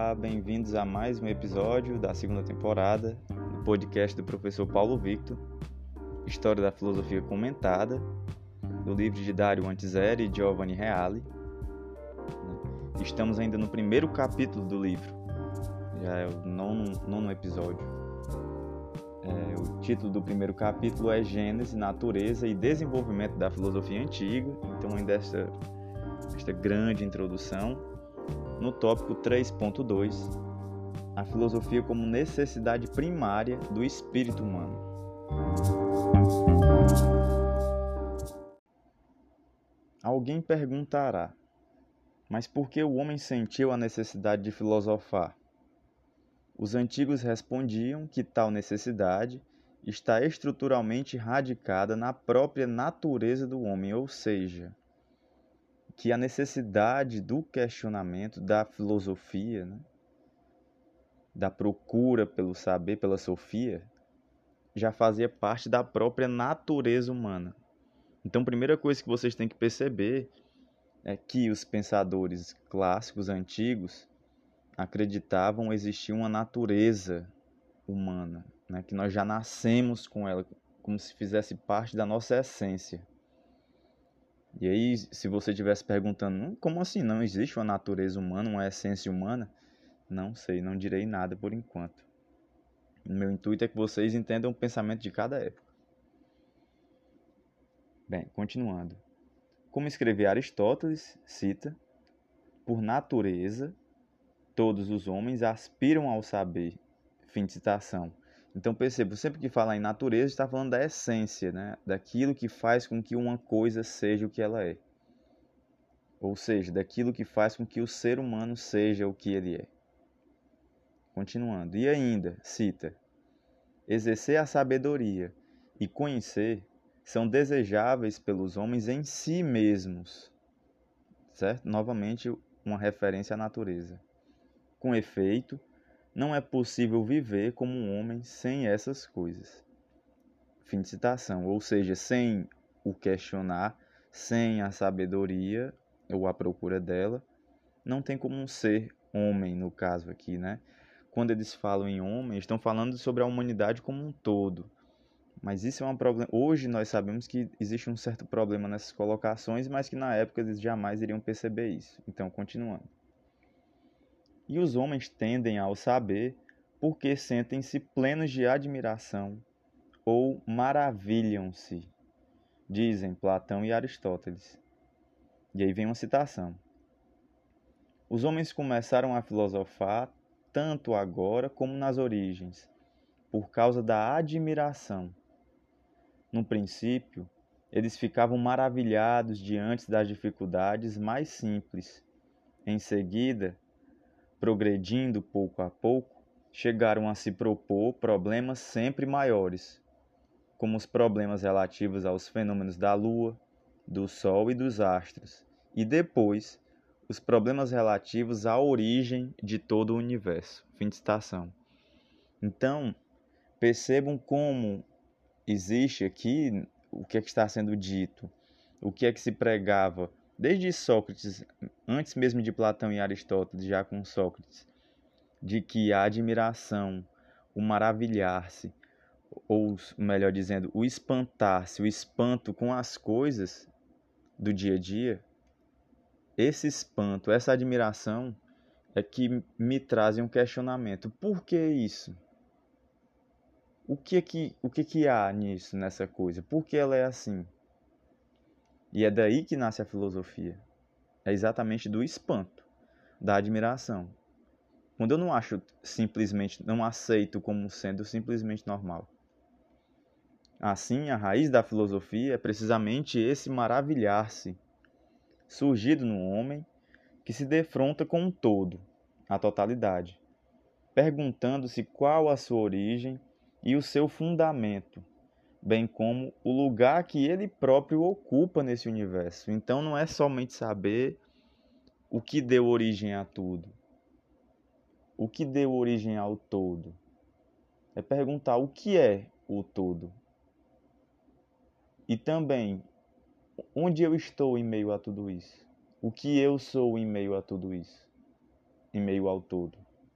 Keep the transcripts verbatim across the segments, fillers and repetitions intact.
Olá, bem-vindos a mais um episódio da segunda temporada do podcast do professor Paulo Victor, História da Filosofia Comentada, do livro de Dario Antiseri e Giovanni Reale. Estamos ainda no primeiro capítulo do livro, já é o nono, nono episódio. É, o título do primeiro capítulo é Gênese, Natureza e Desenvolvimento da Filosofia Antiga, então ainda esta, esta grande introdução. No tópico três ponto dois, a filosofia como necessidade primária do espírito humano. Alguém perguntará, mas por que o homem sentiu a necessidade de filosofar? Os antigos respondiam que tal necessidade está estruturalmente radicada na própria natureza do homem, ou seja, que a necessidade do questionamento, da filosofia, né, da procura pelo saber, pela sofia, já fazia parte da própria natureza humana. Então, a primeira coisa que vocês têm que perceber é que os pensadores clássicos antigos acreditavam existir uma natureza humana, né, que nós já nascemos com ela, como se fizesse parte da nossa essência. E aí, se você estivesse perguntando, como assim não existe uma natureza humana, uma essência humana? Não sei, não direi nada por enquanto. O meu intuito é que vocês entendam o pensamento de cada época. Bem, continuando. Como escrevia Aristóteles, cita, por natureza, todos os homens aspiram ao saber. Fim de citação. Então perceba, sempre que fala em natureza, está falando da essência, né? Daquilo que faz com que uma coisa seja o que ela é. Ou seja, daquilo que faz com que o ser humano seja o que ele é. Continuando. E ainda, cita, exercer a sabedoria e conhecer são desejáveis pelos homens em si mesmos. Certo? Novamente, uma referência à natureza. Com efeito, não é possível viver como um homem sem essas coisas. Fim de citação. Ou seja, sem o questionar, sem a sabedoria ou a procura dela, não tem como um ser homem, no caso aqui, né? Quando eles falam em homem, estão falando sobre a humanidade como um todo. Mas isso é um problema. Hoje nós sabemos que existe um certo problema nessas colocações, mas que na época eles jamais iriam perceber isso. Então, continuando. E os homens tendem ao saber porque sentem-se plenos de admiração ou maravilham-se, dizem Platão e Aristóteles. E aí vem uma citação. Os homens começaram a filosofar tanto agora como nas origens, por causa da admiração. No princípio, eles ficavam maravilhados diante das dificuldades mais simples. Em seguida, progredindo pouco a pouco, chegaram a se propor problemas sempre maiores, como os problemas relativos aos fenômenos da Lua, do Sol e dos astros, e depois os problemas relativos à origem de todo o universo. Fim de citação. Então, percebam como existe aqui o que é que está sendo dito, o que é que se pregava desde Sócrates, antes mesmo de Platão e Aristóteles, já com Sócrates, de que a admiração, o maravilhar-se, ou melhor dizendo, o espantar-se, o espanto com as coisas do dia a dia, esse espanto, essa admiração é que me trazem um questionamento. Por que isso? O que é que, o que, é que há nisso, nessa coisa? Por que ela é assim? E é daí que nasce a filosofia. É exatamente do espanto, da admiração. Quando eu não acho simplesmente, não aceito como sendo simplesmente normal. Assim, a raiz da filosofia é precisamente esse maravilhar-se, surgido no homem que se defronta com um todo, a totalidade, perguntando-se qual a sua origem e o seu fundamento, bem como o lugar que ele próprio ocupa nesse universo. Então não é somente saber o que deu origem a tudo, o que deu origem ao todo. É perguntar o que é o todo. E também, onde eu estou em meio a tudo isso? O que eu sou em meio a tudo isso? Em meio ao todo?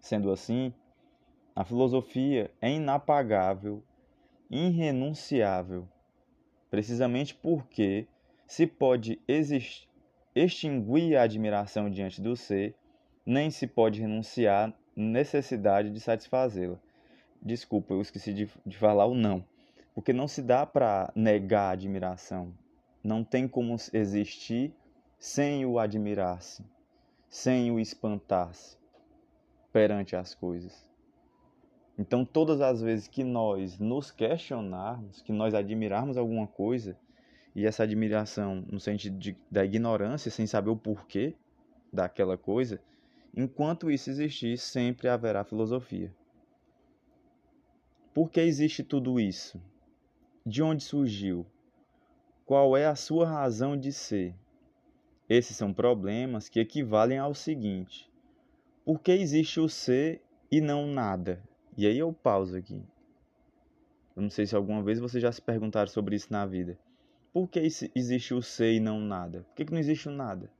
Sendo assim, a filosofia é inapagável, irrenunciável, precisamente porque se pode exist- extinguir a admiração diante do ser, nem se pode renunciar à necessidade de satisfazê-la. Desculpa, eu esqueci de, de falar o não. Porque não se dá para negar a admiração. Não tem como existir sem o admirar-se, sem o espantar-se perante as coisas. Então, todas as vezes que nós nos questionarmos, que nós admirarmos alguma coisa, e essa admiração no sentido de, da ignorância, sem saber o porquê daquela coisa, enquanto isso existir, sempre haverá filosofia. Por que existe tudo isso? De onde surgiu? Qual é a sua razão de ser? Esses são problemas que equivalem ao seguinte: por que existe o ser e não nada? E aí eu pauso aqui. Eu não sei se alguma vez vocês já se perguntaram sobre isso na vida. Por que existe o ser e não nada? Por que não existe o nada?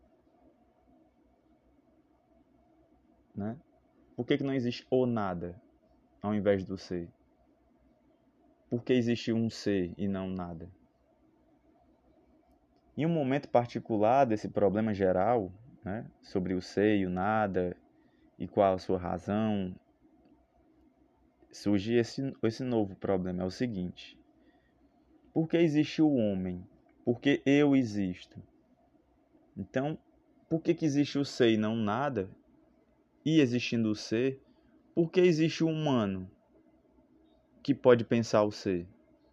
Né? Por que não existe o nada ao invés do ser? Por que existe um ser e não nada? Em um momento particular desse problema geral, né, sobre o ser e o nada, e qual a sua razão, surge esse, esse novo problema. É o seguinte: por que existe o homem? Porque eu existo. Então, por que, que existe o ser e não nada? E existindo o ser, por que existe o humano que pode pensar o ser?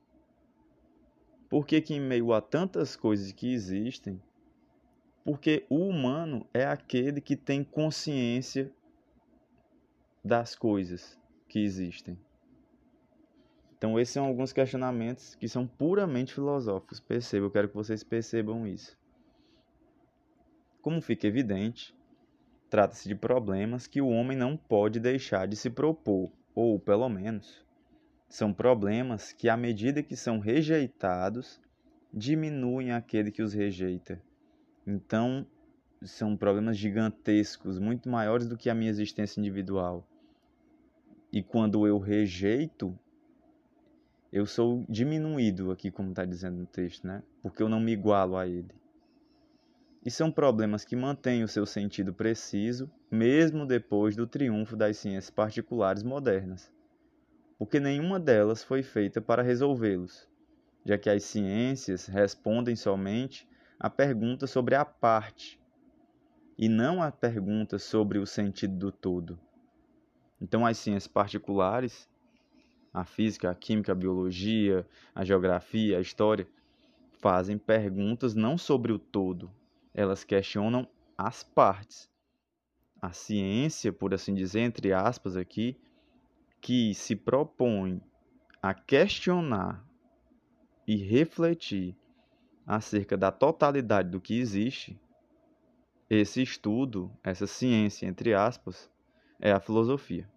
Por que, que em meio a tantas coisas que existem, porque o humano é aquele que tem consciência das coisas que existem. Então, esses são alguns questionamentos que são puramente filosóficos. Perceba, eu quero que vocês percebam isso. Como fica evidente, trata-se de problemas que o homem não pode deixar de se propor, ou, pelo menos, são problemas que, à medida que são rejeitados, diminuem aquele que os rejeita. Então, são problemas gigantescos, muito maiores do que a minha existência individual. E quando eu rejeito, eu sou diminuído aqui, como está dizendo no texto, né? Porque eu não me igualo a ele. E são problemas que mantêm o seu sentido preciso, mesmo depois do triunfo das ciências particulares modernas. Porque nenhuma delas foi feita para resolvê-los, já que as ciências respondem somente a perguntas sobre a parte, e não a perguntas sobre o sentido do todo. Então, as ciências particulares, a física, a química, a biologia, a geografia, a história, fazem perguntas não sobre o todo, elas questionam as partes. A ciência, por assim dizer, entre aspas aqui, que se propõe a questionar e refletir acerca da totalidade do que existe, esse estudo, essa ciência, entre aspas, é a filosofia.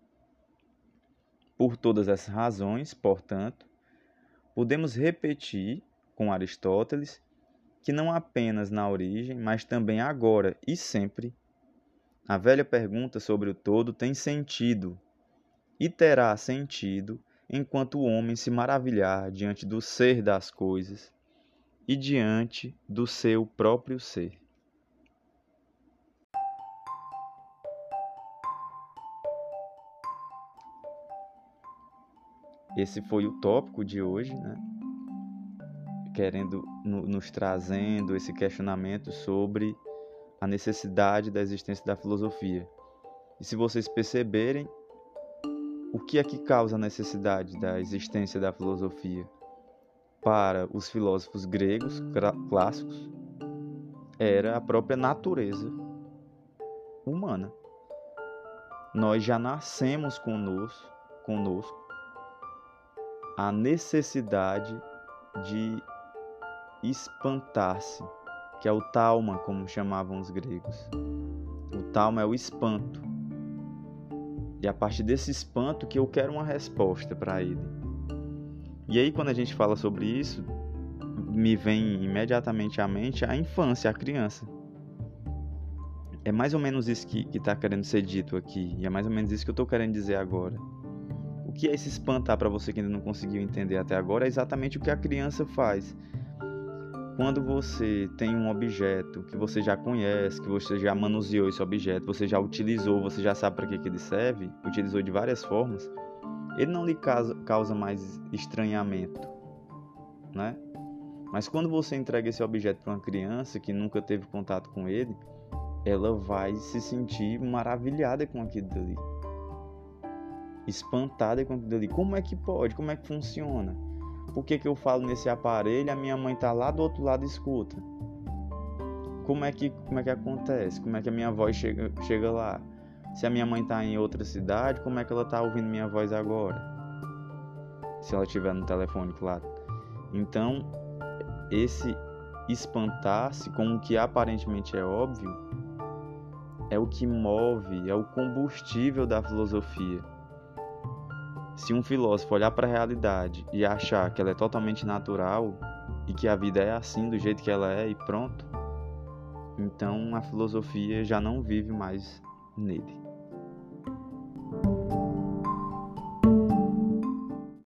Por todas essas razões, portanto, podemos repetir com Aristóteles que não apenas na origem, mas também agora e sempre, a velha pergunta sobre o todo tem sentido e terá sentido enquanto o homem se maravilhar diante do ser das coisas e diante do seu próprio ser. Esse foi o tópico de hoje, né? Querendo no, nos trazendo esse questionamento sobre a necessidade da existência da filosofia. E se vocês perceberem, o que é que causa a necessidade da existência da filosofia? Para os filósofos gregos clássicos, era a própria natureza humana. Nós já nascemos conosco, conosco a necessidade de espantar-se, que é o tauma, como chamavam os gregos. O tauma é o espanto. E é a partir desse espanto que eu quero uma resposta para ele. E aí, quando a gente fala sobre isso, me vem imediatamente à mente a infância, a criança. É mais ou menos isso que está querendo ser dito aqui, e é mais ou menos isso que eu estou querendo dizer agora. O que é esse espantar para você que ainda não conseguiu entender até agora é exatamente o que a criança faz. Quando você tem um objeto que você já conhece, que você já manuseou esse objeto, você já utilizou, você já sabe para que, que ele serve, utilizou de várias formas, ele não lhe causa, causa mais estranhamento, né? Mas quando você entrega esse objeto para uma criança que nunca teve contato com ele, ela vai se sentir maravilhada com aquilo dali, espantada com aquilo dali. Como é que pode? Como é que funciona? Por que que eu falo nesse aparelho e a minha mãe está lá do outro lado e escuta? Como é que, como é que acontece? Como é que a minha voz chega, chega lá? Se a minha mãe está em outra cidade, como é que ela está ouvindo minha voz agora? Se ela estiver no telefone, claro. Então, esse espantar-se com o que aparentemente é óbvio é o que move, é o combustível da filosofia. Se um filósofo olhar para a realidade e achar que ela é totalmente natural e que a vida é assim, do jeito que ela é e pronto, então a filosofia já não vive mais nele.